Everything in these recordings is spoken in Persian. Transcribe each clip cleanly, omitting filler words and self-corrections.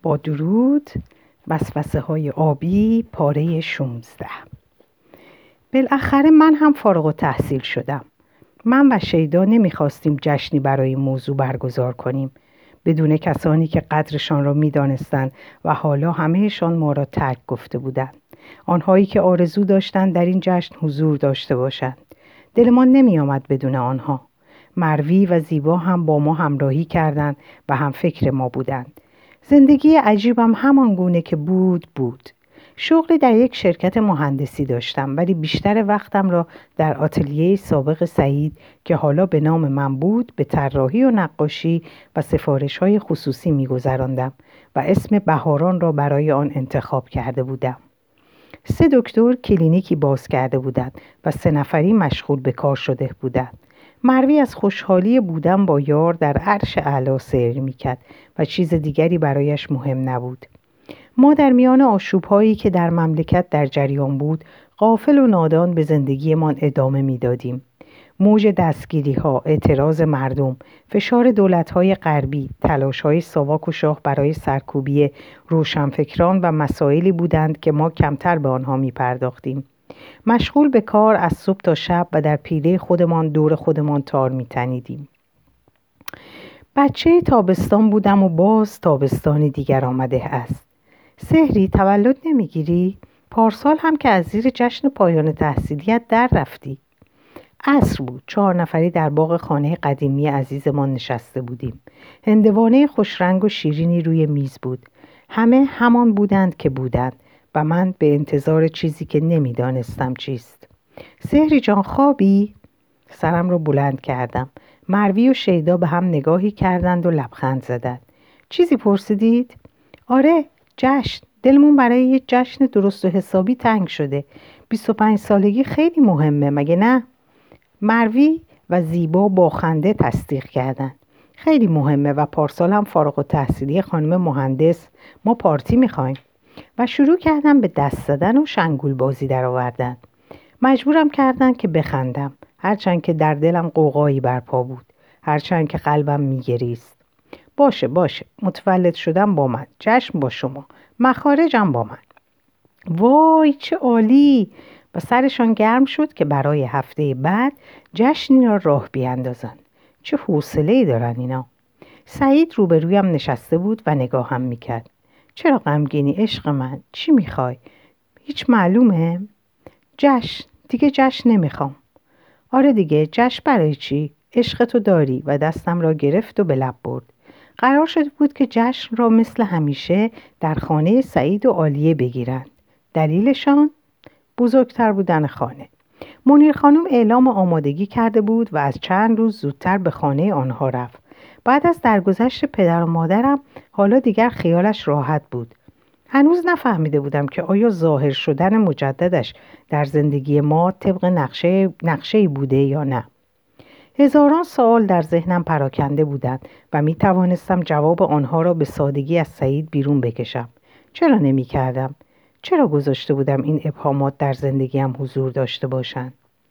با درود. وسوسه های آبی پاره 16. بالاخره من هم فارغ التحصیل شدم. من و شیدا نمیخواستیم جشنی برای این موضوع برگزار کنیم بدون کسانی که قدرشان را میدانستند و حالا همهشان ما را ترک گفته بودند. آنهایی که آرزو داشتند در این جشن حضور داشته باشند. دلمان نمی آمد بدون آنها. مروی و زیبا هم با ما همراهی کردند و هم فکر ما بودند. زندگی عجیبم همان گونه که بود. شغلی در یک شرکت مهندسی داشتم، ولی بیشتر وقتم را در آتلیه سابق سعید که حالا به نام من بود به طراحی و نقاشی و سفارش‌های خصوصی می‌گذراندم و اسم بهاران را برای آن انتخاب کرده بودم. 3 دکتر کلینیکی باز کرده بودند و 3 نفری مشغول به کار شده بودند. مروی از خوشحالی بودن با یار در عرش اعلی سیر می‌کرد و چیز دیگری برایش مهم نبود. ما در میان آشوب‌هایی که در مملکت در جریان بود، غافل و نادان به زندگیمان ادامه می‌دادیم. موج دستگیری‌ها، اعتراض مردم، فشار دولت‌های غربی، تلاش‌های ساواک و شاه برای سرکوبی روشنفکران و مسائلی بودند که ما کمتر به آنها می‌پرداختیم. مشغول به کار از صبح تا شب و در پیله خودمان دور خودمان تار می‌تنیدیم. بچه تابستان بودم و باز تابستانی دیگر آمده است. سحری تولد نمیگیری؟ پارسال هم که از زیر جشن پایان تحصیلیت در رفتی. عصر بود. 4 نفری در باغ خانه قدیمی عزیزمان نشسته بودیم. هندوانه خوشرنگ و شیرینی روی میز بود. همه همان بودند که بودند و من به انتظار چیزی که نمیدانستم چیست. سحری جان خوابی؟ سرم رو بلند کردم. مروی و شیدا به هم نگاهی کردند و لبخند زدند. چیزی پرسیدید؟ آره، جشن. دلمون برای یه جشن درست و حسابی تنگ شده. 25 سالگی خیلی مهمه، مگه نه؟ مروی و زیبا با خنده تصدیق کردند. خیلی مهمه و پارسال هم فارغ التحصیلی خانم مهندس ما پارتی میخوایم. و شروع کردن به دست زدن و شنگول بازی در آوردن. مجبورم کردن که بخندم، هرچند که در دلم قوقایی برپا بود، هرچند که قلبم میگریست. باشه متولد شدم با من، جشن با شما، مخارجم با من. وای چه عالی! و سرشان گرم شد که برای هفته بعد جشنی را راه بیاندازن. چه حوصله‌ای دارن اینا. سعید روبرویم نشسته بود و نگاهم میکرد. چرا غمگینی عشق من؟ چی میخوای؟ هیچ معلومه؟ دیگه جشن نمیخوام. آره دیگه، جشن برای چی؟ عشقتو داری. و دستم را گرفت و به لب برد. قرار شده بود که جشن را مثل همیشه در خانه سعید و عالیه بگیرند. دلیلشان؟ بزرگتر بودن خانه. منیر خانم اعلام آمادگی کرده بود و از چند روز زودتر به خانه آنها رفت. بعد از درگذشت پدر و مادرم حالا دیگر خیالش راحت بود. هنوز نفهمیده بودم که آیا ظاهر شدن مجددش در زندگی ما طبق نقشه‌ای بوده یا نه. هزاران سوال در ذهنم پراکنده بودند و می توانستم جواب آنها را به سادگی از سعید بیرون بکشم. چرا نمی کردم؟ چرا گذاشته بودم این ابهامات در زندگیم حضور داشته باشند؟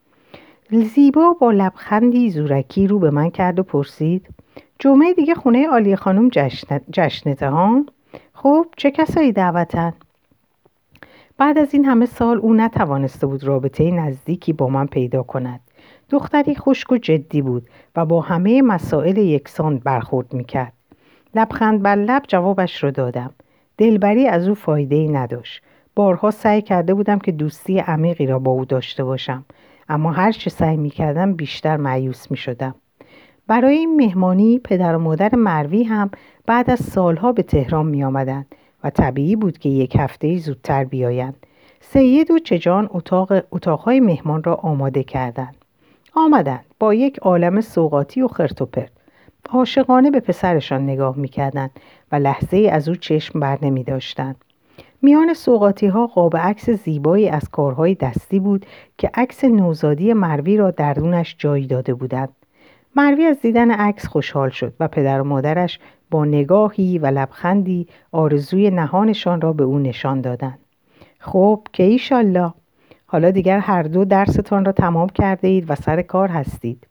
زیبا با لبخندی زورکی رو به من کرد و پرسید: جمعه دیگه خونه عالیه خانم جشنته ها؟ خب چه کسایی دعوتن؟ بعد از این همه سال او نتوانسته بود رابطه نزدیکی با من پیدا کند. دختری خشک و جدی بود و با همه مسائل یکسان برخورد میکرد. لبخند بر لب جوابش رو دادم. دلبری از او فایده‌ای نداشت. بارها سعی کرده بودم که دوستی عمیقی را با او داشته باشم، اما هر چه سعی میکردم بیشتر مایوس میشدم. برای این مهمانی پدر و مادر مروی هم بعد از سالها به تهران می آمدند و طبیعی بود که 1 هفته زودتر بیایند. سید و چجان اتاقهای مهمان را آماده آمدند با یک عالم سوغاتی و خرت و پرت. عاشقانه به پسرشان نگاه می کردند و لحظه‌ای از او چشم بر نمی داشتند. میان سوغاتی ها قاب عکس زیبایی از کارهای دستی بود که عکس نوزادی مروی را درونش جای داده بودند. مروی از دیدن عکس خوشحال شد و پدر و مادرش با نگاهی و لبخندی آرزوی نهانشان را به او نشان دادند. خب که ایشالله حالا دیگر هر دو درستان را تمام کرده اید و سر کار هستید.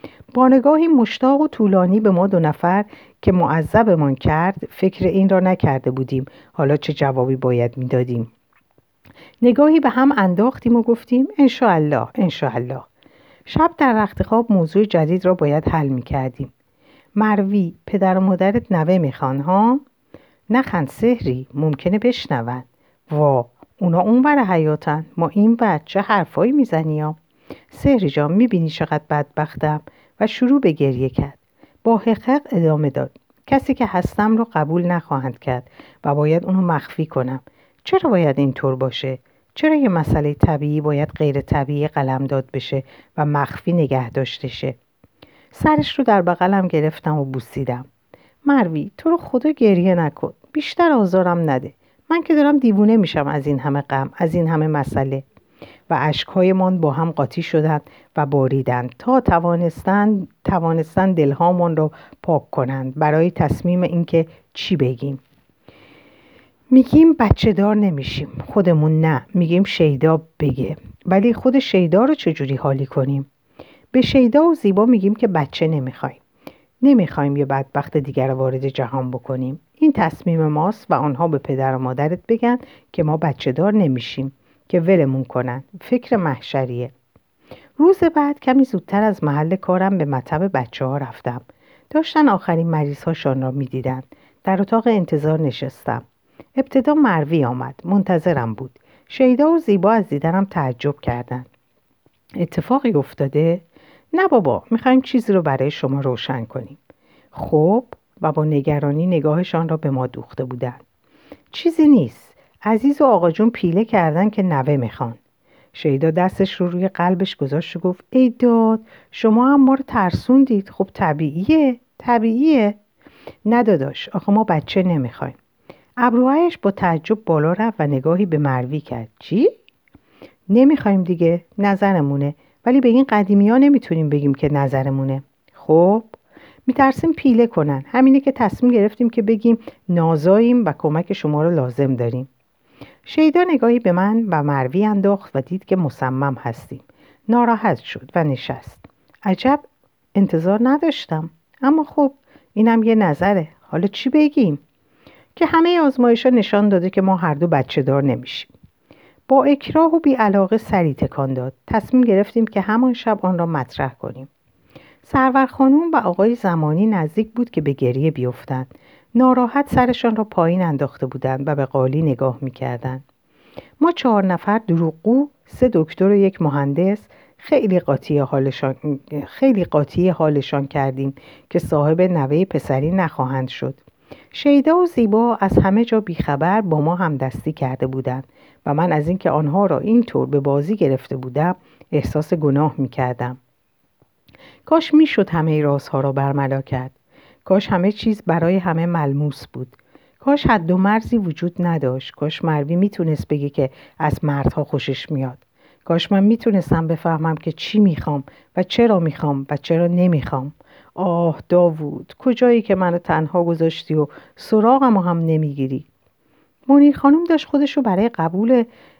با نگاهی مشتاق و طولانی به ما دو نفر که معذبمان کرد فکر این را نکرده بودیم حالا چه جوابی باید میدادیم. نگاهی به هم انداختیم و گفتیم انشاءالله انشاءالله. شب در رخت خواب موضوع جدید را باید حل میکردیم. مروی، پدر و مادرت نوه میخوان ها؟ نخند سحری، ممکنه بشنون. وا، اونا اونور حیاتن، ما این چه حرفایی میزنی ها؟ سحری جان میبینی چقدر بدبختم؟ و شروع به گریه کرد. با حقق ادامه داد. کسی که هستم رو قبول نخواهند کرد و باید اونو مخفی کنم. چرا باید اینطور باشه؟ چرا یه مسئله طبیعی باید غیر طبیعی قلمداد بشه و مخفی نگه داشته شه؟ سرش رو در بغلم گرفتم و بوسیدم. مروی، تو رو خدا گریه نکن، بیشتر آزارم نده. من که دارم دیوونه میشم از این همه غم، از این همه مسئله. و اشکهایمان با هم قاطی شدند و باریدند تا توانستند دلهامان را پاک کنند برای تصمیم اینکه چی بگیم. میگیم بچه دار نمیشیم، خودمون نه، میگیم شیدا بگه. ولی خود شیدا رو چجوری حالی کنیم؟ به شیدا و زیبا میگیم که بچه نمیخوایم یه بدبخت دیگر وارد جهان بکنیم. این تصمیم ماست و آنها به پدر و مادرت بگن که ما بچه دار نمیشیم که ولمون کنن. فکر محشریه. روز بعد کمی زودتر از محل کارم به مطب بچه ها رفتم. داشتن آخرین مریض هاشان را میدیدن. در اتاق انتظار نشستم. ابتدا مروی آمد. منتظرم بود. شیدا و زیبا از دیدنم تعجب کردند. اتفاقی افتاده؟ نه بابا، میخوایم چیزی رو برای شما روشن کنیم. خب، و با نگرانی نگاهشان را به ما دوخته بودند. چیزی نیست. عزیز و آقا جون پیله کردن که نوه میخوان. شیدا دستش رو روی قلبش گذاشت و گفت ای داد، شما هم ما رو ترسوندید. خب طبیعیه. نه داداش، آخه ما بچه نمیخوایم. ابروهایش با تعجب بالا رفت و نگاهی به مروی کرد. چی؟ نمیخوایم دیگه، نظرمونه. ولی به این قدیمی ها نمیتونیم بگیم که نظرمونه. خب میترسیم پیله کنن. همینه که تصمیم گرفتیم که بگیم نازاییم و کمک شما رو لازم داریم. شیدا نگاهی به من و مروی انداخت و دید که مصمم هستیم. ناراحت شد و نشست. عجب، انتظار نداشتم. اما خب اینم یه نظره. حالا چی بگیم؟ که همه آزمایش‌ها نشان داده که ما هر دو بچه دار نمیشیم. با اکراه و بی‌علاقه سری تکان داد. تصمیم گرفتیم که همان شب آن را مطرح کنیم. سرور خانم و آقای زمانی نزدیک بود که به گریه بیفتند. ناراحت سرشان را پایین انداخته بودند و به قالی نگاه می‌کردند. ما 4 نفر دروغگو، 3 دکتر و 1 مهندس خیلی قاطی حالشان کردیم که صاحب نوه پسری نخواهند شد. شیدا و زیبا از همه جا بیخبر با ما هم دستی کرده بودند و من از اینکه آنها را اینطور به بازی گرفته بودم احساس گناه می‌کردم. کاش میشد همه رازها را برملا کرد. کاش همه چیز برای همه ملموس بود. کاش حد و مرزی وجود نداشت. کاش مروی میتونست بگه که از مردها خوشش میاد. کاش من میتونستم بفهمم که چی میخوام و چرا نمیخوام. آه داوود، کجایی که منو تنها گذاشتی و سراغمو هم نمیگیری؟ منیر خانم داشت خودشو برای قبول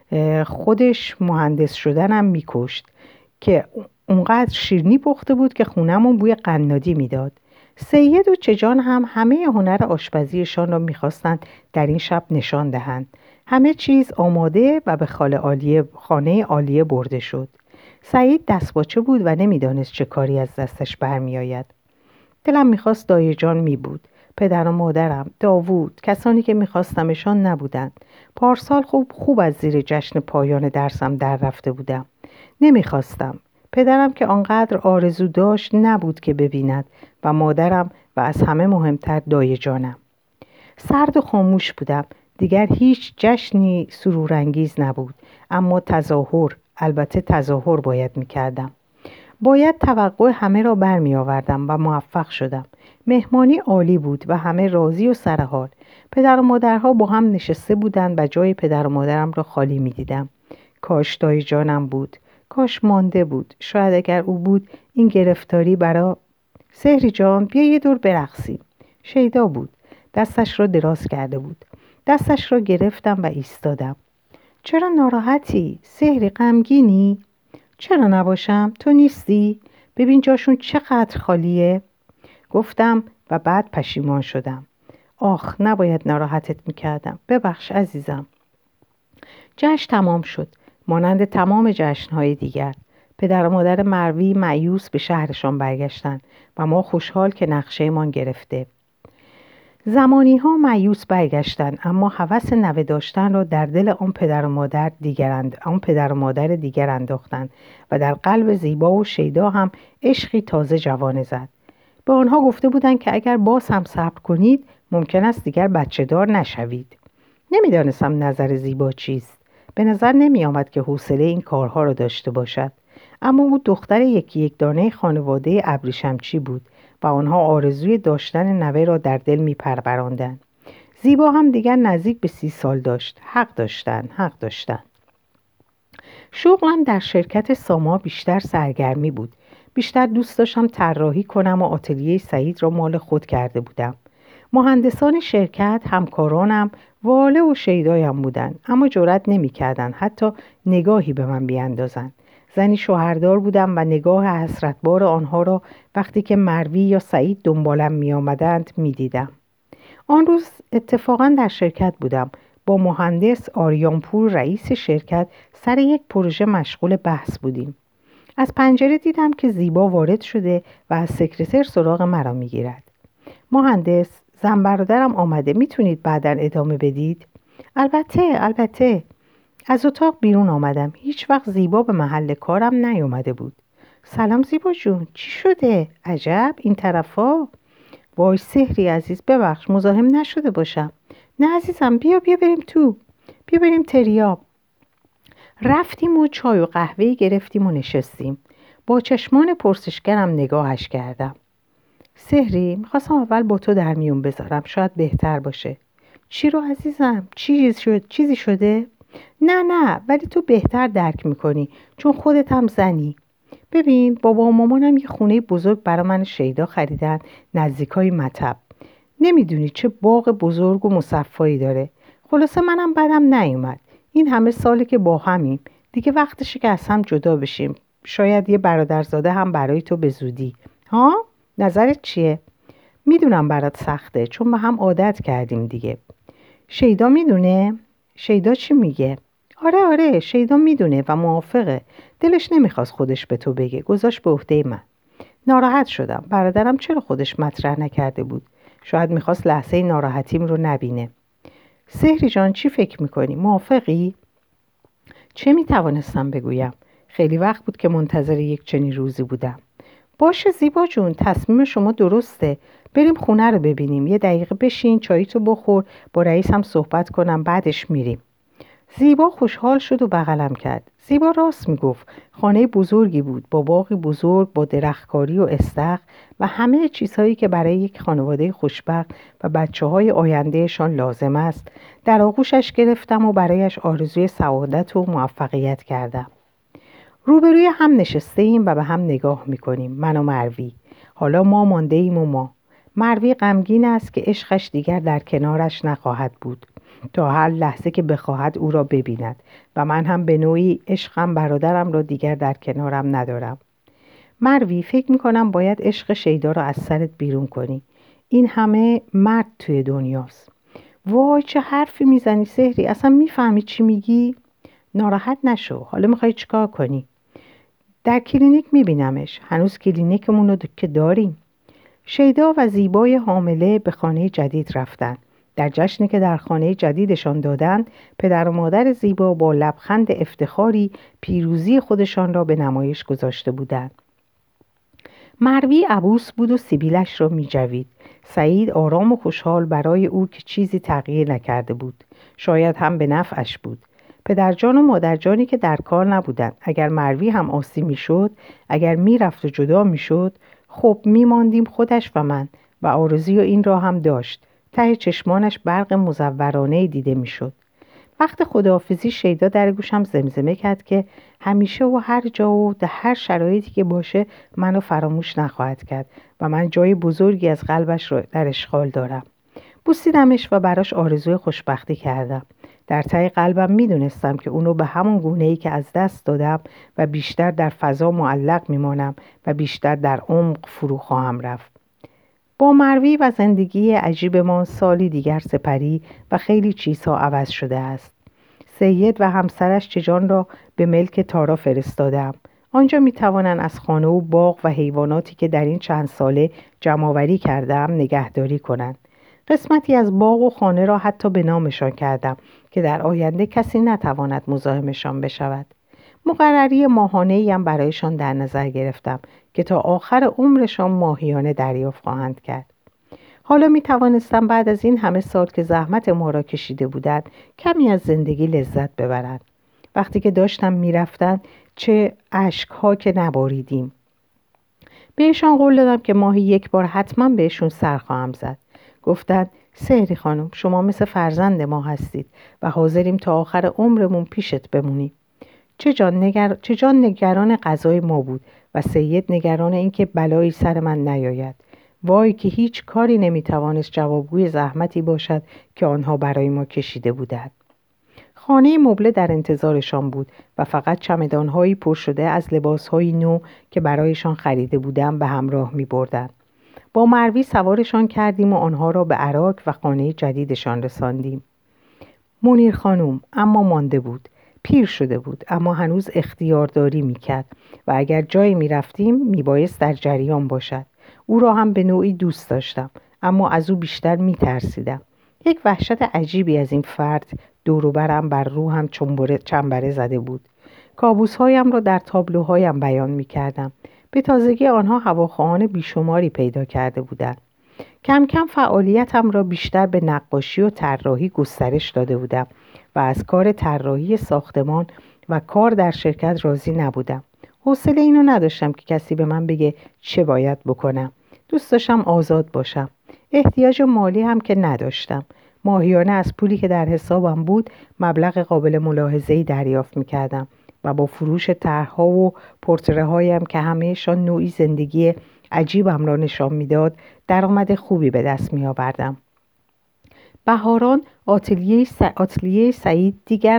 خودش مهندس شدنم میکشت که اونقدر شیرینی پخته بود که خونمون بوی قنادی میداد. سید و چجان هم همه هنر آشپزیشان را میخواستند در این شب نشان دهند. همه چیز آماده و به خانه عالیه برده شد. سعید دستپاچه بود و نمیدانست چه کاری از دستش برمی آید. دلم میخواست دایه جان می بود. پدر و مادرم، داوود، کسانی که میخواستمشان نبودند. پارسال خوب از زیر جشن پایان درسم در رفته بودم. نمیخواستم. پدرم که آنقدر آرزو داشت نبود که ببیند و مادرم و از همه مهمتر دایه جانم. سرد و خاموش بودم. دیگر هیچ جشنی سرورانگیز نبود. اما البته تظاهر باید میکردم. باید توقع همه را برمی آوردم و موفق شدم. مهمانی عالی بود و همه راضی و سرحال. پدر و مادرها با هم نشسته بودند و جای پدر و مادرم را خالی می دیدم. کاش دایی جانم بود. کاش مانده بود. شاید اگر او بود این گرفتاری برا سحری جان بیا یه دور برقصیم. شیدا بود. دستش را دراز کرده بود. دستش را گرفتم و ایستادم. چرا ناراحتی؟ سحری غمگینی؟ چرا نباشم؟ تو نیستی؟ ببین جاشون چقدر خالیه. گفتم و بعد پشیمان شدم. آخ، نباید ناراحتت میکردم. ببخش عزیزم. جشن تمام شد. مانند تمام جشنهای دیگر. پدر و مادر مروی مایوس به شهرشان برگشتند و ما خوشحال که نقشه‌مان گرفته. زمانی ها مایوس برگشتند، اما هوس نوه داشتن را در دل آن پدر و مادر دیگر انداختند و در قلب زیبا و شیدا هم عشقی تازه جوانه زد. به آنها گفته بودند که اگر باز هم صبر کنید ممکن است دیگر بچه دار نشوید. نمیدانستم نظر زیبا چیست. به نظر نمی آمد که حوصله این کارها را داشته باشد، اما او دختر یکی یک دانه خانواده ابریشمچی بود و آنها آرزوی داشتن نوه را در دل می پروراندند. زیبا هم دیگر نزدیک به 30 سال داشت. حق داشتن. شغلم در شرکت ساما بیشتر سرگرمی بود. بیشتر دوست داشتم طراحی کنم و آتلیه سعید را مال خود کرده بودم. مهندسان شرکت همکارانم واله و شیدایم بودند، اما جرئت نمی‌کردند حتی نگاهی به من بیاندازند. زنی شوهردار بودم و نگاه حسرتبار آنها را وقتی که مروی یا سعید دنبالم می آمدند می دیدم. آن روز اتفاقا در شرکت بودم. با مهندس آریانپور رئیس شرکت سر یک پروژه مشغول بحث بودیم. از پنجره دیدم که زیبا وارد شده و از سکرتر سراغ مرا می گیرد. مهندس، زن برادرم آمده، میتونید بعداً ادامه بدید؟ البته. از اتاق بیرون آمدم. هیچ وقت زیبا به محل کارم نیامده بود. سلام زیبا جون، چی شده؟ عجب، این طرفا؟ وای سحری عزیز، ببخش، مزاحم نشده باشم. نه عزیزم، بیا بریم تو. بیا بریم تریاب. رفتیم و چای و قهوه گرفتیم و نشستیم. با چشمان پرسشگرم نگاهش کردم. سحری، میخواستم اول با تو در میون بذارم، شاید بهتر باشه. چی رو عزیزم؟ چیزی شده؟ نه، ولی تو بهتر درک میکنی چون خودت هم زنی. ببین، بابا و مامانم یه خونه بزرگ برای من شیدا خریدن نزدیکای مطب. نمیدونی چه باغ بزرگ و مصفایی داره. خلاصه منم بدم نیومد. این همه ساله که با همیم. دیگه وقتشه که از هم جدا بشیم. شاید یه برادرزاده هم برای تو به زودی. ها؟ نظرت چیه؟ میدونم برات سخته چون به هم عادت کردیم دیگه. شیدا میدونه؟ شیدا چی میگه؟ آره، شیدا میدونه و موافقه. دلش نمیخواست خودش به تو بگه، گذاشت به عهده من. ناراحت شدم. برادرم چرا خودش مطرح نکرده بود؟ شاید میخواست لحظه ناراحتیم رو نبینه. سحری جان، چی فکر میکنی؟ موافقی؟ چه میتوانستم بگویم؟ خیلی وقت بود که منتظر یک چنین روزی بودم. باشه زیبا جون، تصمیم شما درسته. بریم خونه رو ببینیم. یه دقیقه بشین، چاییتو بخور، با رئیس هم صحبت کنم، بعدش میریم. زیبا خوشحال شد و بغلم کرد. زیبا راست میگفت. خانه بزرگی بود، با باغی بزرگ، با درختکاری و استخر و همه چیزهایی که برای یک خانواده خوشبخت و بچه‌های آیندهشان لازم است. در آغوشش گرفتم و برایش آرزوی سعادت و موفقیت کردم. روبروی هم نشسته ایم و به هم نگاه میکنیم، من و مروی. حالا ما مانده ایم و ما. مروی غمگین است که عشقش دیگر در کنارش نخواهد بود تا هر لحظه که بخواهد او را ببیند و من هم به نوعی عشقم برادرم را دیگر در کنارم ندارم. مروی، فکر میکنم باید عشق شیدا را از سرت بیرون کنی. این همه مرد توی دنیاست. وای چه حرفی میزنی سحری، اصلا میفهمی چی میگی؟ ناراحت نشو. حالا میخوای چیکار کنی؟ در کلینیک میبینمش. هنوز کلینیکمون رو که داریم. شیدا و زیبای حامله به خانه جدید رفتن. در جشنی که در خانه جدیدشان دادند، پدر و مادر زیبا با لبخند افتخاری پیروزی خودشان را به نمایش گذاشته بودند. مروی عبوس بود و سیبیلش را میجوید. سعید آرام و خوشحال برای او که چیزی تغییر نکرده بود. شاید هم به نفعش بود. پدرجان و مادرجانی که در کار نبودند. اگر مروی هم آسی میشد، اگر میرفت و جدا میشد، خب میماندیم خودش و من و آرزوی این را هم داشت. ته چشمانش برق مزورانه دیده میشد. وقت خداحافظی شیدا در گوشم زمزمه کرد که همیشه و هر جا و در هر شرایطی که باشه منو فراموش نخواهد کرد و من جای بزرگی از قلبش رو در اشغال دارم. بوسیدمش و براش آرزوی خوشبختی کردم. در ته قلبم میدونستم که اونو به همون گونه‌ای که از دست دادم و بیشتر در فضا معلق میمانم و بیشتر در عمق فرو خواهم رفت. با مروی و زندگی عجیبمان سالی دیگر سپری و خیلی چیزها عوض شده است. سید و همسرش چجان را به ملک تارا فرستادم. آنجا می توانند از خانه و باغ و حیواناتی که در این چند ساله جمع‌آوری کردم نگهداری کنند. قسمتی از باغ و خانه را حتی به نامشان کردم که در آینده کسی نتواند مزاحمشان بشود. مقرری ماهانه‌ای هم برایشان در نظر گرفتم که تا آخر عمرشان ماهیانه دریافت خواهند کرد. حالا می توانستم بعد از این همه سال که زحمت ما را کشیده بودند کمی از زندگی لذت ببرند. وقتی که داشتم می رفتن چه اشک‌ها که نباریدیم. بهشان قول دادم که ماهی یک بار حتما بهشون سر خواهم زد. گفتند سحری خانم شما مثل فرزند ما هستید و حاضریم تا آخر عمرمون پیشت بمونیم. چه جان نگران قضای ما بود و سید نگران این که بلایی سر من نیاید. وای که هیچ کاری نمیتوانست جوابگوی زحمتی باشد که آنها برای ما کشیده بودند. خانه مبله در انتظارشان بود و فقط چمدان‌هایی پر شده از لباس‌های نو که برایشان خریده بودم به همراه می‌بردند. با مروی سوارشان کردیم و آنها را به عراق و خانه جدیدشان رساندیم. منیر خانم اما مانده بود. پیر شده بود اما هنوز اختیارداری می‌کرد و اگر جایی می‌رفتیم میبایست در جریان باشد. او را هم به نوعی دوست داشتم اما از او بیشتر می‌ترسیدم. یک وحشت عجیبی از این فرد دور و برم بر روحم چنبره زده بود. کابوس‌هایم را در تابلوهایم بیان می‌کردم. به تازگی آنها هواخواهان بیشماری پیدا کرده بودند. کم کم فعالیتم را بیشتر به نقاشی و طراحی گسترش داده بودم و از کار طراحی ساختمان و کار در شرکت راضی نبودم. حوصله اینو نداشتم که کسی به من بگه چه باید بکنم. دوست داشتم آزاد باشم. احتیاج مالی هم که نداشتم. ماهیانه از پولی که در حسابم بود مبلغ قابل ملاحظه‌ای دریافت می‌کردم و با فروش طرح‌ها و پورتره‌هایم که همه‌شان نوعی زندگی عجیبم را نشان می‌داد درآمد خوبی به دست می‌آوردم. بهاران آتلیه سعید دیگر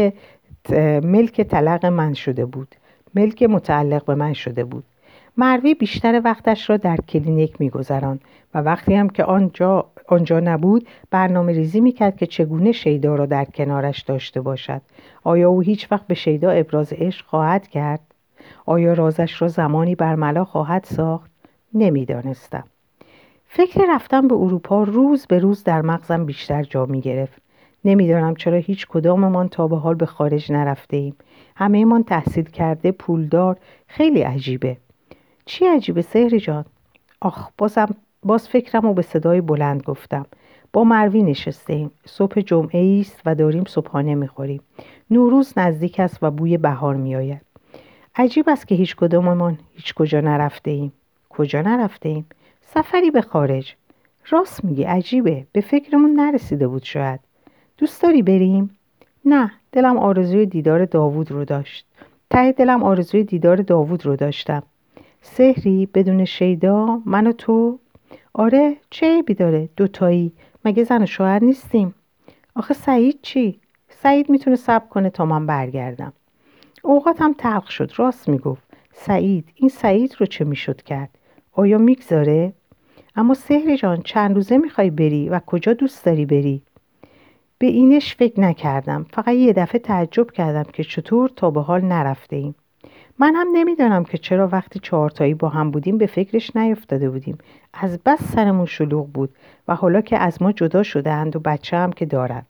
ملک طلق من شده بود. ملک متعلق به من شده بود. مروی بیشتر وقتش را در کلینیک می‌گذراند و وقتی هم که آنجا نبود برنامه ریزی می‌کرد که چگونه شیدا را در کنارش داشته باشد. آیا او هیچ وقت به شیدا ابراز عشق خواهد کرد؟ آیا رازش را زمانی برملا خواهد ساخت؟ نمی‌دانستم. فکر رفتن به اروپا روز به روز در مغزم بیشتر جا می‌گرفت. نمی‌دانم چرا هیچ کداممان تا به حال به خارج نرفته ایم. همه‌مان تحصیل کرده، پولدار، خیلی عجیبه. چی عجیبه سحری جان؟ آخ باز فکرم رو به صدای بلند گفتم. با مروی نشسته ایم. صبح جمعه است و داریم صبحانه می‌خوریم. نوروز نزدیک است و بوی بهار می‌آید. عجیب است که هیچ کداممان هیچ کجا نرفته ایم. کجا نرفته ایم؟ سفری به خارج. راست میگی عجیبه. به فکرمون نرسیده بود شاید. دوست داری بریم؟ نه، دلم آرزوی دیدار داوود رو داشت. ته دلم آرزوی دیدار داوود رو داشتم. سحری بدون شیدا من و تو؟ آره چه عیبی داره دوتایی؟ مگه زن و شوهر نیستیم؟ آخه سعید چی؟ سعید میتونه صبر کنه تا من برگردم. اوقاتم تلخ شد. راست میگفت. این سعید رو چه میشد کرد؟ آیا میگذاره؟ اما سحری جان چند روزه میخوای بری و کجا دوست داری بری؟ به اینش فکر نکردم. فقط یه دفعه تعجب کردم که چطور تا به حال نرفته ایم. من هم نمیدانم که چرا وقتی 4 تایی با هم بودیم به فکرش نیفتاده بودیم. از بس سرمون شلوغ بود و حالا که از ما جدا شدند و بچه هم که دارد.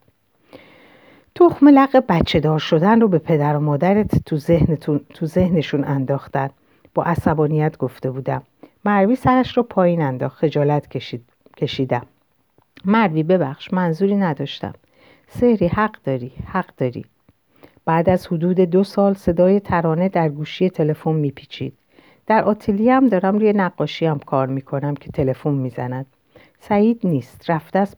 تخم لق بچه دار شدن رو به پدر و مادرت تو ذهنشون انداختن. با عصبانیت گفته بودم. مروی سرش رو پایین انداخت. خجالت کشیدم. مروی ببخش منظوری نداشتم. سحری حق داری. بعد از حدود 2 سال صدای ترانه در گوشی تلفن میپیچید. در آتلیه هم دارم روی نقاشی هم کار میکنم که تلفن میزند. سعید نیست. رفته است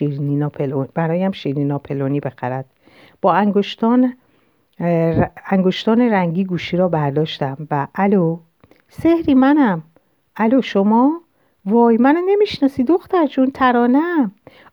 برایم شیرینی ناپلونی بخرد. با انگشتان رنگی گوشی را برداشتم و الو سحری منم. الو شما؟ وای منو نمیشناسی دختر جون؟ ترانه‌ام.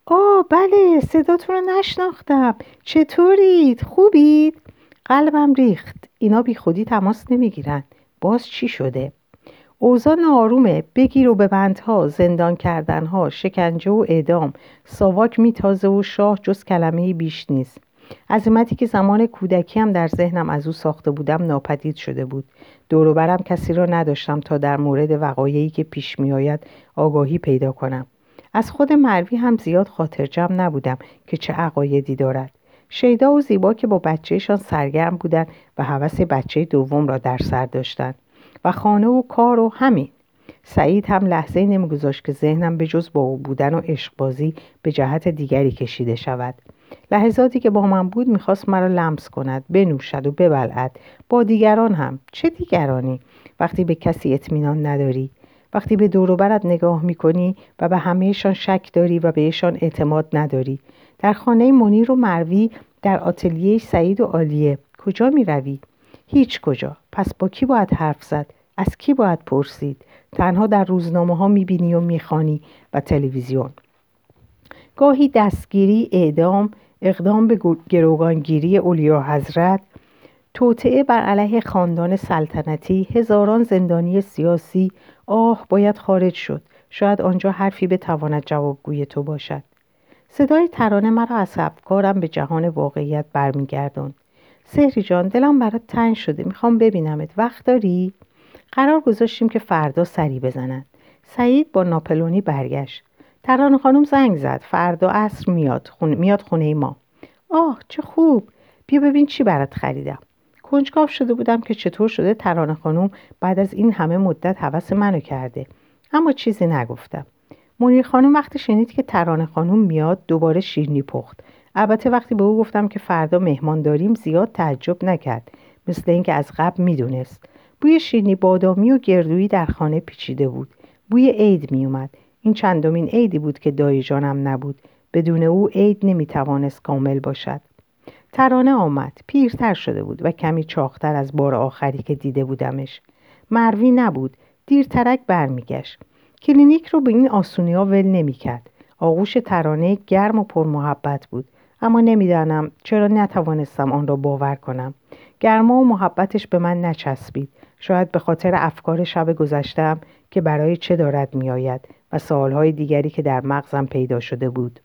بله صداتون رو نشناختم. چطورید؟ خوبید؟ قلبم ریخت. اینا بی خودی تماس نمیگیرن. باز چی شده؟ اوضاع ناآرومه. بگیر و ببندها، زندان کردنها، شکنجه و اعدام، ساواک میتازه و شاه جز کلمه‌ای بیش نیست. عزیمتی که زمان کودکیم در ذهنم از او ساخته بودم ناپدید شده بود. دور و برم کسی را نداشتم تا در مورد وقایعی که پیش میآید آگاهی پیدا کنم. از خود مروی هم زیاد خاطر جمع نبودم که چه عقایدی دارد. شیدا و زیبا که با بچه‌شان سرگرم بودند و هوس بچه دوم را در سر داشتند و خانه و کار و همین. سعید هم لحظه نمیگذاشت که ذهنم به جز با او بودن و عشقبازی به جهت دیگری کشیده شود. لحظاتی که با من بود میخواست مرا لمس کند، بنوشد و ببلعد. با دیگران هم. چه دیگرانی؟ وقتی به کسی اطمینان نداری، وقتی به دور و برت نگاه میکنی و به همهشان شک داری و بهشان اعتماد نداری. در خانه منیر و مروی، در آتلیه سعید و عالیه، کجا میروی؟ هیچ کجا. پس با کی باید حرف زد؟ از کی باید پرسید؟ تنها در روزنامه ها میبینی و میخوانی و تلویزیون. گاهی دستگیری، اعدام، اقدام به گروگانگیری اولیا حضرت، توطئه بر علیه خاندان سلطنتی، هزاران زندانی سیاسی. باید خارج شد. شاید آنجا حرفی بتواند جوابگوی تو باشد. صدای ترانه مرا از افکارم به جهان واقعیت برمیگرداند. سحری جان، دلم برات تنگ شده. میخوام ببینمت. وقت داری؟ قرار گذاشتیم که فردا سری بزنند. سعید با ناپلونی برگشت. ترانه خانم زنگ زد. فردا عصر میاد خونه ما. چه خوب. بیا ببین چی برات خریدم. کنجکاو شده بودم که چطور شده ترانه خانم بعد از این همه مدت هوس منو کرده، اما چیزی نگفتم. منیر خانم وقتی شنید که ترانه خانم میاد دوباره شیرینی پخت. البته وقتی به او گفتم که فردا مهمان داریم زیاد تعجب نکرد، مثل اینکه از قبل میدونست. بوی شیرینی بادامی و گردویی در خانه پیچیده بود. بوی عید میومد. این چندمین عیدی بود که دایی جانم نبود. بدون او عید نمیتوانست کامل باشد. ترانه آمد. پیرتر شده بود و کمی چاقتر از بار آخری که دیده بودمش. مروی نبود. دیرترک برمیگشت. کلینیک رو به این آسونیا ول نمی‌کرد. آغوش ترانه گرم و پرمحبت بود، اما نمیدانم چرا نتوانستم آن را باور کنم. گرما و محبتش به من نچسبید. شاید به خاطر افکار شب گذشته‌ام که برای چه دارد میآید و سوالهای دیگری که در مغزم پیدا شده بود.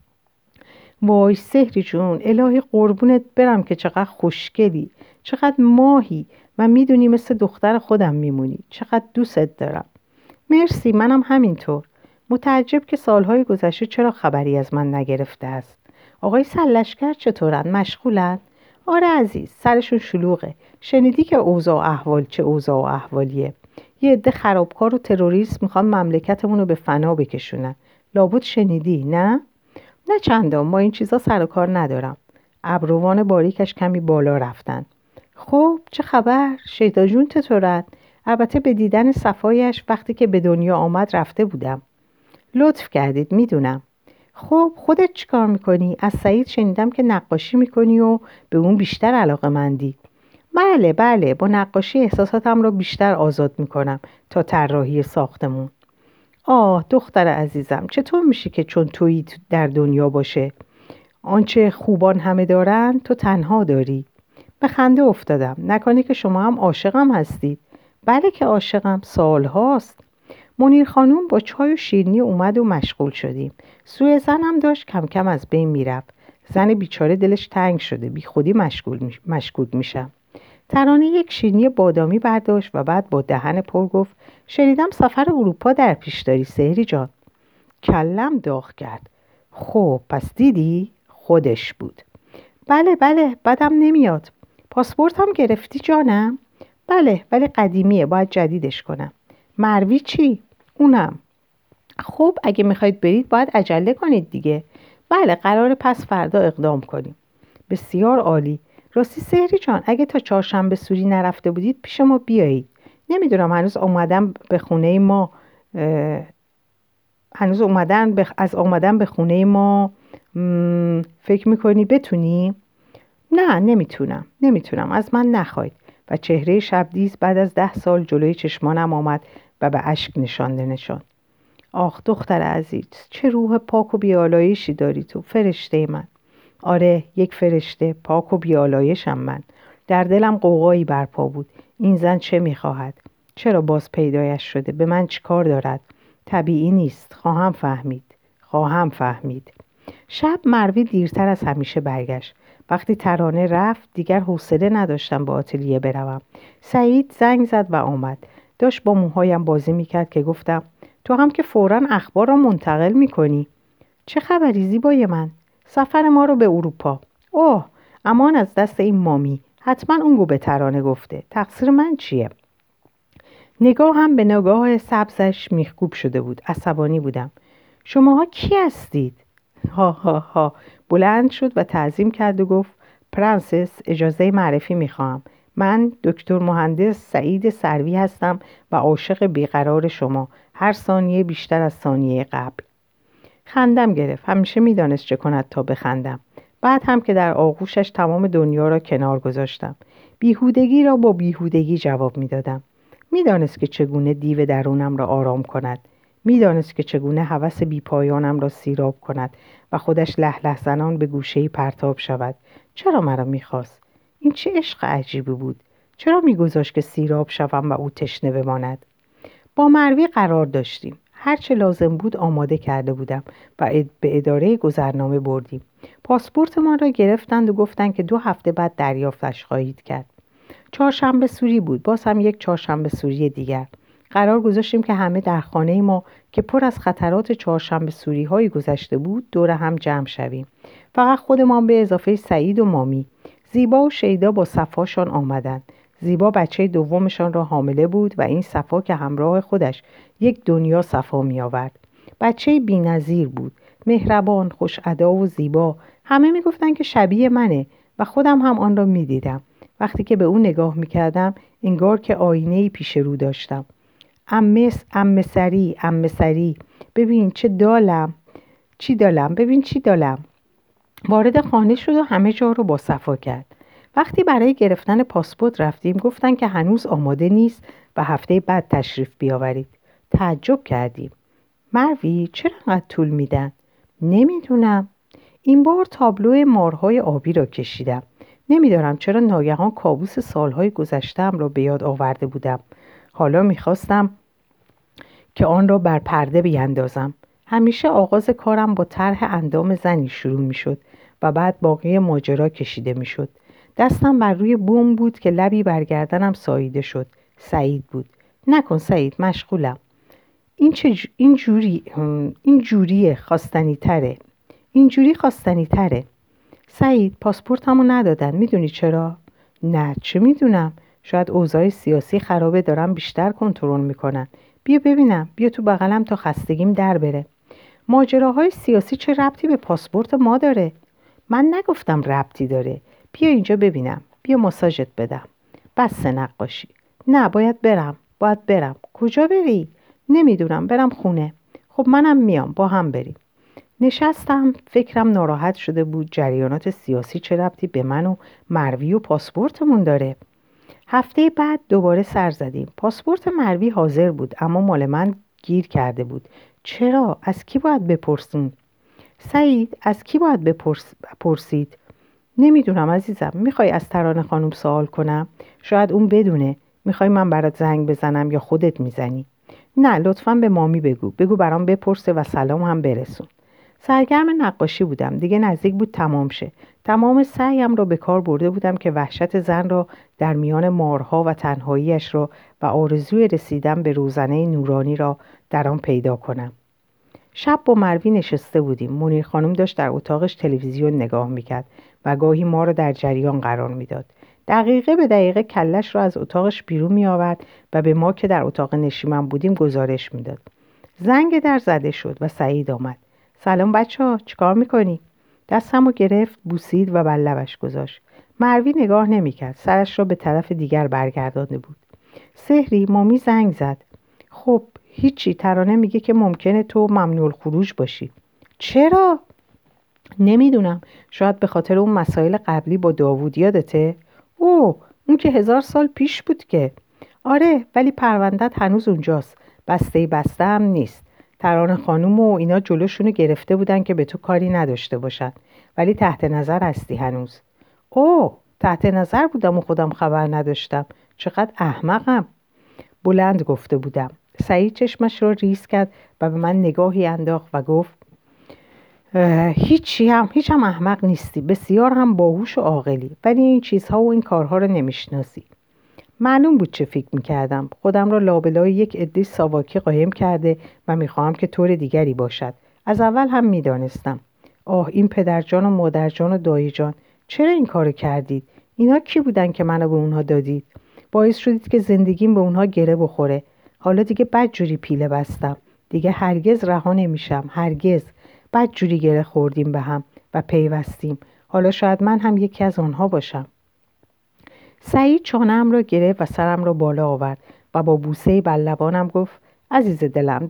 وای سحری جون، الهی قربونت برم که چقدر خوشگلی، چقدر ماهی و میدونی مثل دختر خودم میمونی. چقدر دوستت دارم. مرسی، منم همینطور. متعجب که سالهای گذشته چرا خبری از من نگرفته است. آقای سلشگر چطورن؟ مشغولن؟ آره عزیز، سرشون شلوغه. شنیدی که اوضاع و احوال چه اوضاع و احوالیه؟ یه عده خرابکار و تروریست میخوان مملکتمون رو به فنا بکشونن. لابد شنیدی، نه؟ نه چندان، ما این چیزا سر و کار ندارم. ابروان باریکش کمی بالا رفتن. خب چه خبر؟ شیدا جون چطورن؟ البته به دیدن صفایش وقتی که به دنیا آمد رفته بودم. لطف کردید، میدونم. خب خودت چی کار میکنی؟ از سعید شنیدم که نقاشی میکنی و به اون بیشتر علاقه‌مندی. بله، با نقاشی احساساتم رو بیشتر آزاد میکنم تا طراحی ساختمون. دختر عزیزم، چطور میشه که چون تویی در دنیا باشه؟ آنچه خوبان همه دارن تو تنها داری. به خنده افتادم. نکنه که شما هم عاشقم هستید؟ بله که عاشقم، سال هاست. منیر خانوم با چای و شیرینی اومد و مشغول شدیم. سوی زنم داشت کم کم از بین میرفت. زن بیچاره دلش تنگ شده، بی خودی مشغول میشم. ترانه یک شیرینی بادامی برداشت و بعد با دهن پر گفت شنیدم سفر اروپا در پیش داری سحری جان. کلم داغ کرد. خب پس دیدی؟ خودش بود. بله بدم نمیاد. پاسپورتم گرفتی جانم؟ بله ولی قدیمیه، باید جدیدش کنم. مروی چی؟ اونم. خب اگه میخواید برید باید عجله کنید دیگه. بله قراره پس فردا اقدام کنیم. بسیار عالی. راستی سحری جان، اگه تا چهارشنبه سوری نرفته بودید پیش ما بیایید. نمیدونم هنوز اومدن به خونه ما از اومدن به خونه ما فکر میکنی بتونی؟ نه نمیتونم، از من نخواید. و چهره شبدیز بعد از 10 سال جلوی چشمانم آمد و به اشک نشان. آخ دختر عزیز، چه روح پاک و بیالایشی داری تو، فرشته من. آره، یک فرشته پاک و بیالایشم من. در دلم قوقایی برپا بود. این زن چه میخواهد؟ چرا باز پیدایش شده؟ به من چی کار دارد؟ طبیعی نیست. خواهم فهمید. خواهم فهمید. شب مروی دیرتر از همیشه برگشت. وقتی ترانه رفت دیگر حوصله نداشتم به آتلیه بروم. سعید زنگ زد و آمد. داشت با موهایم بازی میکرد که گفتم تو هم که فوراً اخبار را منتقل میکنی. چه خبری زیبای من؟ سفر ما رو به اروپا. اوه، امان از دست این مامی. حتما اون گو به ترانه گفته. تقصیر من چیه؟ نگاه هم به نگاه سبزش میخکوب شده بود. عصبانی بودم. شماها کی هستید؟ ها ها ها. بلند شد و تعظیم کرد و گفت پرنسس، اجازه معرفی میخواهم. من دکتر مهندس سعید سروی هستم و عاشق بیقرار شما، هر ثانیه بیشتر از ثانیه قبل. خندم گرفت. همیشه میدانست چه کند تا بخندم. بعد هم که در آغوشش تمام دنیا را کنار گذاشتم. بیهودگی را با بیهودگی جواب میدادم. میدانست که چگونه دیو درونم را آرام کند. میدانست که چگونه هوس بیپایانم را سیراب کند و خودش له له زنان به گوشه‌ای پرتاب شود. چرا مرا میخواست؟ این چه عشق عجیبی بود. چرا میگذاشت که سیراب شوم و او تشنه بماند؟ با مروی قرار داشتیم. هر چه لازم بود آماده کرده بودم و به اداره گذرنامه بردیم. پاسپورتمان را گرفتند و گفتند که 2 هفته بعد دریافتش خواهید کرد. چهارشنبه سوری بود. باز هم یک چهارشنبه سوری دیگر. قرار گذاشتیم که همه در خانه ما که پر از خطرات چهارشنبه سوری های گذشته بود دور هم جمع شویم. فقط خودمان به اضافه سعید و مامی. زیبا و شیدا با صفاشان آمدند. زیبا بچه دومشان را حامله بود و این صفا که همراه خودش یک دنیا صفا می آورد. بچه بی‌نظیر بود، مهربان، خوش ادا و زیبا. همه می گفتن که شبیه منه و خودم هم آن را می دیدم. وقتی که به او نگاه می کردم انگار که آینه‌ای پیش رو داشتم. عمه سری ببین چه دالم، ببین چی دالم. وارد خانه شد و همه جا رو با صفا کرد. وقتی برای گرفتن پاسپورت رفتیم گفتن که هنوز آماده نیست و هفته بعد تشریف بیاورید. تعجب کردیم. مروی چرا انقدر طول میدن؟ نمیدونم. این بار تابلو مارهای آبی را کشیدم. نمیدارم چرا ناگهان کابوس سالهای گذشته‌ام را به یاد آورده بودم. حالا میخواستم که آن را بر پرده بیندازم. همیشه آغاز کارم با طرح اندام زنی شروع میشد و بعد باقی ماجرا کشیده میشد. دستم بر روی بوم بود که لبی بر گردنم ساییده شد. سعید بود. نکن سعید، مشغولم. این جوری خواستنی تره. اینجوری خواستنی تره. سعید، پاسپورتمو ندادن. میدونی چرا؟ نه، چه میدونم. شاید اوضاع سیاسی خرابه، دارم بیشتر کنترل میکنن. بیا ببینم، بیا تو بغلم تا خستگیم در بره. ماجراهای سیاسی چه ربطی به پاسپورت ما داره؟ من نگفتم ربطی داره. بیا اینجا ببینم. بیا ماساژت بدم. بس نقاشی. نه، باید برم. کجا بری؟ نمیدونم، برم خونه. خب منم میام، با هم بریم. نشستم. فکرم ناراحت شده بود. جریانات سیاسی چه ربطی به من و مروی و پاسپورتمون داره؟ هفته بعد دوباره سر زدیم. پاسپورت مروی حاضر بود اما مال من گیر کرده بود. چرا؟ از کی باید بپرسیم؟ سعید، از کی باید بپرسید؟ نمیدونم عزیزم. میخوای از ترانه خانم سوال کنم؟ شاید اون بدونه. میخوای من برات زنگ بزنم یا خودت میزنی؟ نه، لطفاً به مامی بگو برام بپرسه و سلام هم برسون. سرگرم نقاشی بودم. دیگه نزدیک بود تمام شه. تمام سعیم را به کار برده بودم که وحشت زن را در میان مارها و تنهاییش را و آرزوی رسیدن به روزنه نورانی را در آن پیدا کنم. شب با مروی نشسته بودیم. منیر خانم داشت در اتاقش تلویزیون نگاه میکرد و گاهی ما را در جریان قرار میداد. دقیقه به دقیقه کلش را از اتاقش بیرون می آورد و به ما که در اتاق نشیمن بودیم گزارش میداد. زنگ در زده شد و سعید آمد. سلام بچه‌ها، چیکار میکنی؟ دستمو گرفت، بوسید و بر لبش گذاشت. مروی نگاه نمیکرد. سرش را به طرف دیگر برگردانده بود. سحری، مامی زنگ زد. خب هیچی، ترانه میگه که ممکنه تو ممنوع الخروج باشی. چرا؟ نمیدونم. شاید به خاطر اون مسائل قبلی با داوود، یادته؟ اوه، اون که 1000 سال پیش بود که. آره، ولی پروندت هنوز اونجاست. بسته هم نیست. ترانه خانوم و اینا جلوشونو گرفته بودن که به تو کاری نداشته باشن، ولی تحت نظر هستی هنوز. اوه، تحت نظر بودم و خودم خبر نداشتم. چقدر احمقم. بلند گفته بودم. سعید چشمش رو ریز کرد و به من نگاهی انداخت و گفت هیچ هم احمق نیستی، بسیار هم باهوش و عاقلی، ولی این چیزها و این کارها رو نمیشناسی. معلوم بود چه فکر میکردم. خودم را لابلای یک عده ساواکی قایم کرده و میخواهم که طور دیگری باشد. از اول هم میدانستم. آه، این پدرجان و مادرجان و دایجان، چرا این کارو کردید؟ اینا کی بودن که منو به اونها دادید؟ باعث شدید که زندگیم به اونها گره بخوره. حالا دیگه بدجوری پیله بستم. دیگه هرگز رها نمیشم، هرگز. بدجوری گره خوردیم به هم و پیوستیم. حالا شاید من هم یکی از آنها باشم. سعید چانه‌ام را گرفت و سرم را بالا آورد و با بوسه‌ای بر لبانم گفت عزیز دلم،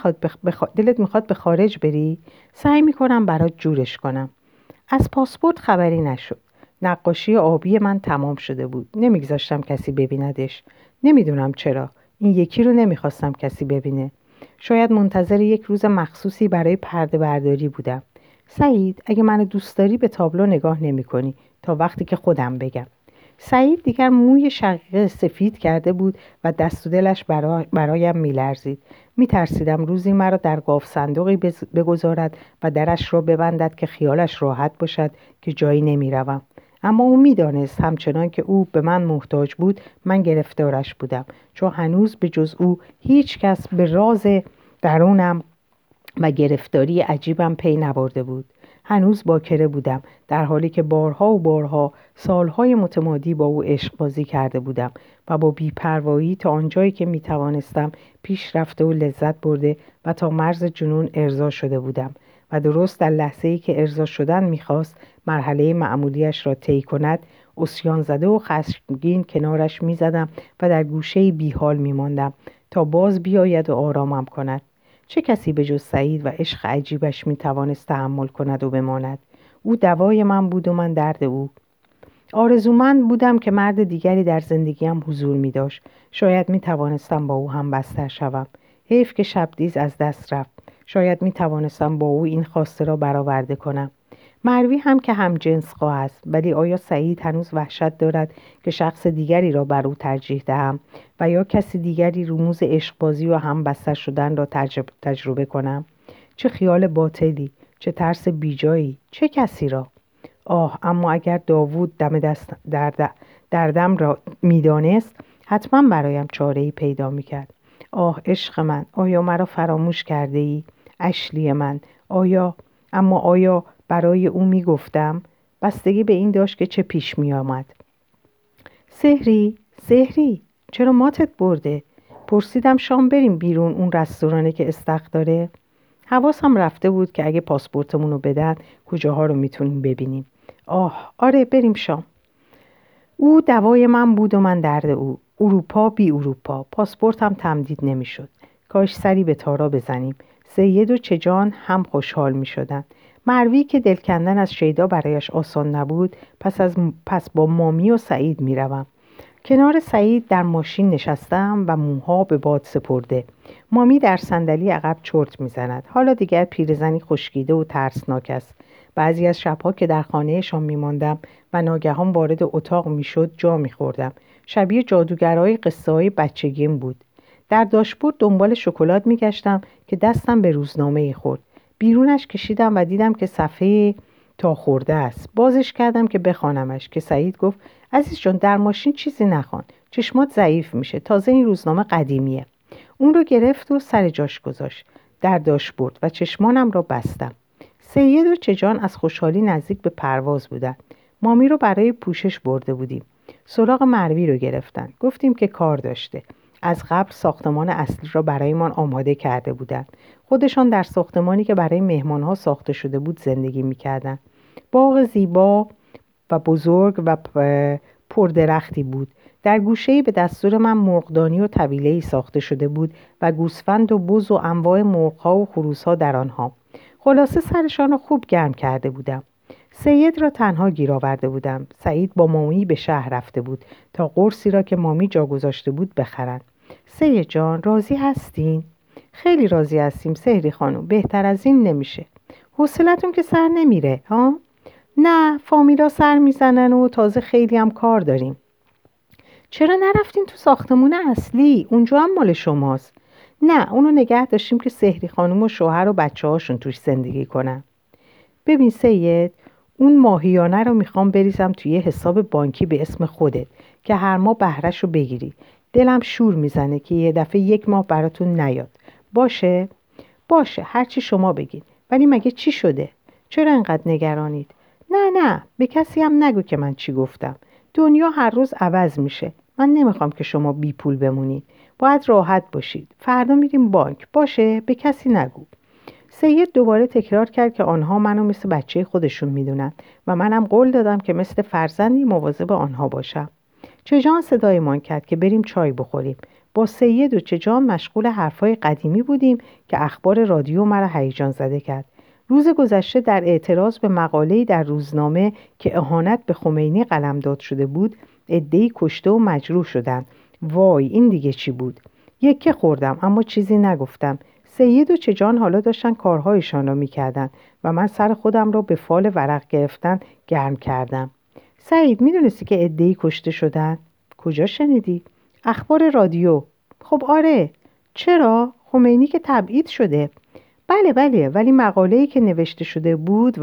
دلت میخواد به خارج بری؟ سعی میکنم برات جورش کنم. از پاسپورت خبری نشد. نقاشی آبی من تمام شده بود. نمیگذاشتم کسی ببیندش. نمیدونم چرا. این یکی رو نمیخواستم کسی ببینه. شاید منتظر یک روز مخصوصی برای پرده برداری بودم. سعید، اگه منو دوست داری به تابلو نگاه نمی‌کنی تا وقتی که خودم بگم. سعید دیگر موی شقیقه سفید کرده بود و دست و دلش برایم میلرزید. میترسیدم روزی مرا در گاف صندوقی بگذارد و درش را ببندد که خیالش راحت باشد که جایی نمیروم. اما او میدانست همچنان که او به من محتاج بود، من گرفتارش بودم، چون هنوز به جز او هیچ کس به راز درونم و گرفتاری عجیبم پی نبرده بود. هنوز باکره بودم، در حالی که بارها و بارها سالهای متمادی با او عشق بازی کرده بودم و با بی‌پروایی تا آنجایی که می توانستم پیش رفته و لذت برده و تا مرز جنون ارضا شده بودم و درست در لحظه‌ای که ارضا شدن می‌خواست مرحله معمولیش را طی کند، عصیان زده و خشمگین کنارش می‌زدم و در گوشه‌ای بیحال می‌ماندم تا باز بیاید و آرامم کند. چه کسی به جز سعید و عشق عجیبش میتوانست تحمل کند و بماند؟ او دوای من بود و من درد او. آرزومند بودم که مرد دیگری در زندگیم حضور می داشت. شاید می توانستم با او هم بستر شوم. حیف که شبدیز از دست رفت. شاید می توانستم با او این خواسته را برآورده کنم. مروی هم که هم جنس خواه است، ولی آیا سعید هنوز وحشت دارد که شخص دیگری را بر او ترجیح دهم و یا کسی دیگری رموز عشقبازی و هم بستر شدن را تجربه کنم؟ چه خیال باطلی، چه ترس بیجایی، چه کسی را؟ آه، اما اگر داوود دم دست دردم را میدانست، حتما برایم چاره‌ای پیدا میکرد. آه عشق من، آیا مرا فراموش کرده ای؟ اشلی من، آیا برای او میگفتم؟ بستگی به این داشت که چه پیش میآمد. سحری، چرا ماتت برده؟ پرسیدم شام بریم بیرون، اون رستورانی که استخ داره. حواسم رفته بود که اگه پاسپورتمون رو بدن کجاها رو میتونیم ببینیم. آره بریم شام. او دوای من بود و من درد او. اروپا بی اروپا، پاسپورتم تمدید نمیشد. کاش سری به تارا بزنیم. سید و چجان هم خوشحال میشدن. مروی که دل کندن از شیدا برایش آسان نبود، پس با مامی و سعید میروم. کنار سعید در ماشین نشستم و موها به باد سپرده. مامی در صندلی عقب چرت میزند. حالا دیگر پیرزنی خشکیده و ترسناک است. بعضی از شبها که در خانهشان میماندم و ناگهان وارد اتاق میشد جا میخوردم. شبیه جادوگرای قصه های بچگیم بود. در داشبورد دنبال شکلات میگشتم که دستم به روزنامه خورد. بیرونش کشیدم و دیدم که صفحه تا خورده است. بازش کردم که بخوانمش که سعید گفت عزیز جان در ماشین چیزی نخوان، چشمات ضعیف میشه، تازه این روزنامه قدیمیه. اون رو گرفت و سر جاش گذاشت در داشبورد و چشمانم را بستم. سید و چجان از خوشحالی نزدیک به پرواز بودن. مامی رو برای پوشش برده بودیم. سراغ مروی رو گرفتن. گفتیم که کار داشته. از قبل ساختمان اصلی را برایمان آماده کرده بودند. خودشان در ساختمانی که برای مهمانها ساخته شده بود زندگی می‌کردند. باغ زیبا و بزرگ و پردرختی بود. در گوشه‌ای به دستور من مرغدانی و طویله‌ای ساخته شده بود و گوسفند و بز و انواع مرغ‌ها و خروس‌ها در آنها. خلاصه سرشان را خوب گرم کرده بودم. سید را تنها گیر آورده بودم. سعید با مامی به شهر رفته بود تا قرصی را که مامی جا گذاشته بود بخرند. سید جان راضی هستین؟ خیلی راضی هستیم سحری خانم، بهتر از این نمیشه. حوصلتون که سر نمیره ها؟ نه، فامیلا سر میزنن و تازه خیلی هم کار داریم. چرا نرفتین تو ساختمون اصلی؟ اونجا هم مال شماست. نه، اونو نگه داشتیم که سحری خانم و شوهر و بچه هاشون توش زندگی کنن. ببین سید، اون ماهیانه رو میخوام بریزم توی حساب بانکی به اسم خودت که هر ماه بهره‌ش رو بگیری. دلم شور میزنه که یه دفعه 1 ماه براتون نیاد. باشه؟ باشه، هرچی شما بگید. ولی مگه چی شده؟ چرا انقدر نگرانید؟ نه، به کسی هم نگو که من چی گفتم. دنیا هر روز عوض میشه. من نمیخوام که شما بی پول بمونید. باید راحت باشید. فردا میریم بانک. باشه؟ به کسی نگو. سید دوباره تکرار کرد که آنها منو مثل بچه خودشون میدونن و منم قول دادم که مثل فرزندی مواظب آنها باشم. چجان صدایمان کرد که بریم چای بخوریم. با سید و چجان مشغول حرفای قدیمی بودیم که اخبار رادیو مرا هیجان زده کرد. روز گذشته در اعتراض به مقاله‌ای در روزنامه که اهانت به خمینی قلمداد شده بود، عده‌ای کشته و مجروح شدند. وای، این دیگه چی بود؟ یکه خوردم اما چیزی نگفتم. سید و چجان حالا داشتن کارهایشان را می‌کردند و من سر خودم را به فال ورق گرفتن گرم کردم. سعید، میدونستی که عده‌ای کشته شدن؟ کجا شنیدی؟ اخبار رادیو. خب آره. چرا؟ خمینی که تبعید شده. بله، ولی مقاله‌ای که نوشته شده بود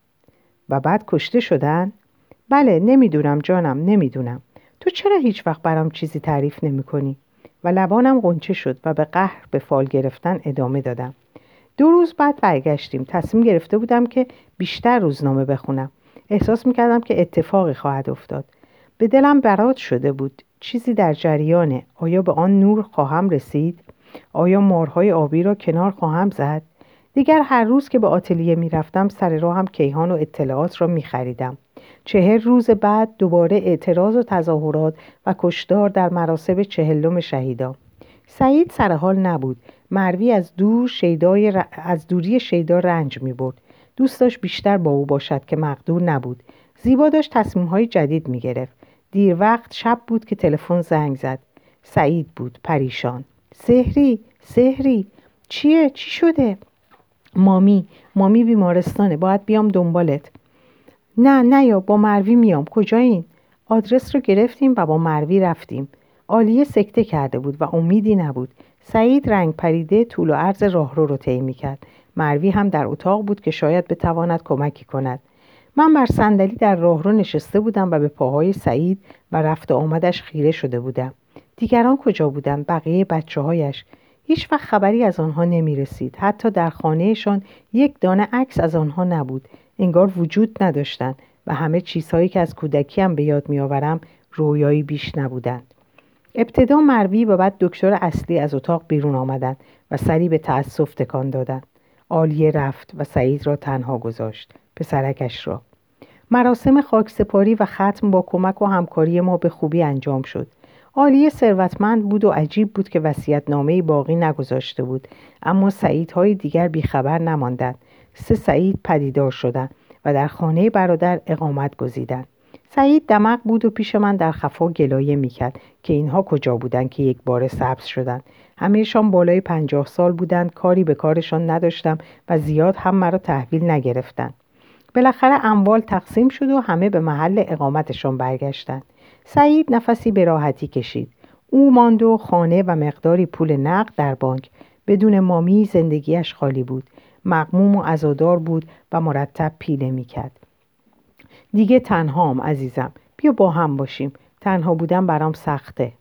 و بعد کشته شدن؟ بله، نمیدونم جانم، نمیدونم. تو چرا هیچ وقت برام چیزی تعریف نمی‌کنی؟ و لبانم غنچه شد و به قهر به فال گرفتن ادامه دادم. 2 روز بعد برگشتیم. تصمیم گرفته بودم که بیشتر روزنامه بخونم. احساس میکردم که اتفاقی خواهد افتاد. به دلم برات شده بود. چیزی در جریانه. آیا به آن نور خواهم رسید؟ آیا مارهای آبی را کنار خواهم زد؟ دیگر هر روز که به آتلیه میرفتم سر راهم کیهان و اطلاعات را میخریدم. 40 روز بعد دوباره اعتراض و تظاهرات و کشتار در مراسم 40 شهیدان. سعید سر حال نبود. مروی از دوری شیدا رنج می برد. دوست داشت بیشتر با او باشد که مقدور نبود. زیبا داشت تصمیم‌های جدید می گرفت. دیر وقت شب بود که تلفن زنگ زد. سعید بود، پریشان. سحری، چیه؟ چی شده؟ مامی بیمارستانه، باید بیام دنبالت. نه یا با مروی میام. کجایین؟ آدرس رو گرفتیم و با مروی رفتیم. عالیه سکته کرده بود و امیدی نبود. سعید رنگ پریده طول و عرض راهرو رو طی می‌کرد. مروی هم در اتاق بود که شاید بتواند کمکی کند. من بر صندلی در راهرو نشسته بودم و به پاهای سعید و رفت و آمدش خیره شده بودم. دیگران کجا بودند؟ بقیه بچه‌هایش؟ هیچ وقت خبری از آنها نمی‌رسید. حتی در خانهشان 1 دانه عکس از آنها نبود. انگار وجود نداشتند و همه چیزهایی که از کودکیم به یاد می‌آورم رویایی بیش نبودند. ابتدا مروی و بعد دکتر اصلی از اتاق بیرون آمدند و سری به تأسف تکان دادند. عالیه رفت و سعید را تنها گذاشت، پسرکش را. مراسم خاکسپاری و ختم با کمک و همکاری ما به خوبی انجام شد. عالیه ثروتمند بود و عجیب بود که وصیت‌نامه‌ای باقی نگذاشته بود، اما سعیدهای دیگر بیخبر نماندند. 3 سعید پدیدار شدند و در خانه برادر اقامت گزیدند. سعید دمق بود و پیش من در خفا گلایه میکرد که اینها کجا بودند که یک بار سبز شدند. همه‌شان بالای 50 سال بودند. کاری به کارشان نداشتم و زیاد هم مرا تحویل نگرفتند. بالاخره اموال تقسیم شد و همه به محل اقامتشان برگشتند. سعید نفسی به راحتی کشید. او ماند و خانه و مقداری پول نقد در بانک. بدون مامی زندگیش خالی بود. مغموم و عزادار بود و مرتب پیله میکرد. دیگه تنهام عزیزم. بیا با هم باشیم. تنها بودن برام سخته.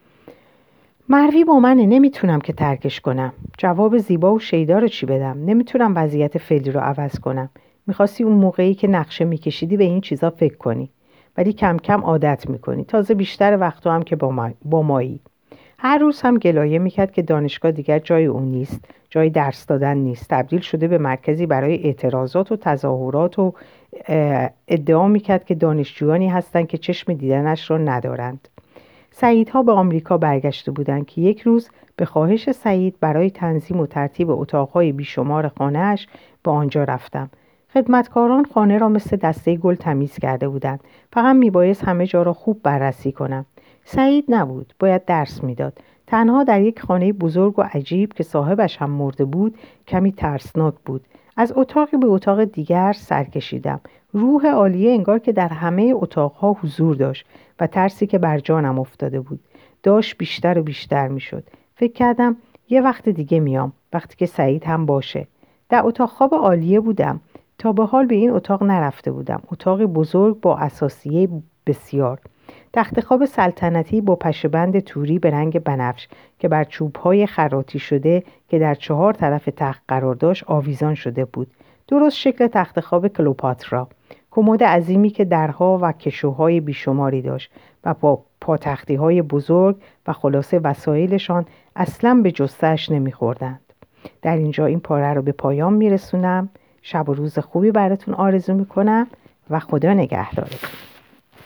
مروی با منه، نمیتونم که ترکش کنم. جواب زیبا و شیدا رو چی بدم؟ نمیتونم وضعیت فعلی رو عوض کنم. میخواستی اون موقعی که نقشه میکشیدی به این چیزا فکر کنی، ولی کم کم عادت میکنی. تازه بیشتر وقتا هم که با مایی. هر روز هم گلایه میکرد که دانشگاه دیگر جای اون نیست، جای درس دادن نیست، تبدیل شده به مرکزی برای اعتراضات و تظاهرات و ادعا میکرد که دانشجویانی هستند که چشم دیدنش را ندارند. سعیدها به آمریکا برگشته بودند که یک روز به خواهش سعید برای تنظیم و ترتیب اتاقهای بیشمار خانه‌اش به آنجا رفتم. خدمتکاران خانه را مثل دسته گل تمیز کرده بودند. فقط میبایست همه جا را خوب بررسی کنم. سعید نبود، باید درس میداد. تنها در یک خانه بزرگ و عجیب که صاحبش هم مرده بود کمی ترسناک بود. از اتاقی به اتاق دیگر سر کشیدم. روح عالیه انگار که در همه اتاقها حضور داشت و ترسی که بر جانم افتاده بود داشت بیشتر و بیشتر می شد. فکر کردم یه وقت دیگه میام، وقتی که سعید هم باشه. در اتاق خواب عالیه بودم. تا به حال به این اتاق نرفته بودم. اتاقی بزرگ با اثاثیه بسیار. تخت خواب سلطنتی با پشه‌بند توری به رنگ بنفش که بر چوب‌های خراطی شده که در 4 طرف تخت قرار داشت آویزان شده بود. درست شکل تخت خواب کلئوپاترا. کمد عظیمی که درها و کشوهای بیشماری داشت و پاتختی‌های بزرگ و خلاصه وسایلشان اصلاً به جثه‌اش نمی‌خوردند. در اینجا این پاره رو به پایان میرسونم. شب و روز خوبی براتون آرزو میکنم و خدا نگهدارتون.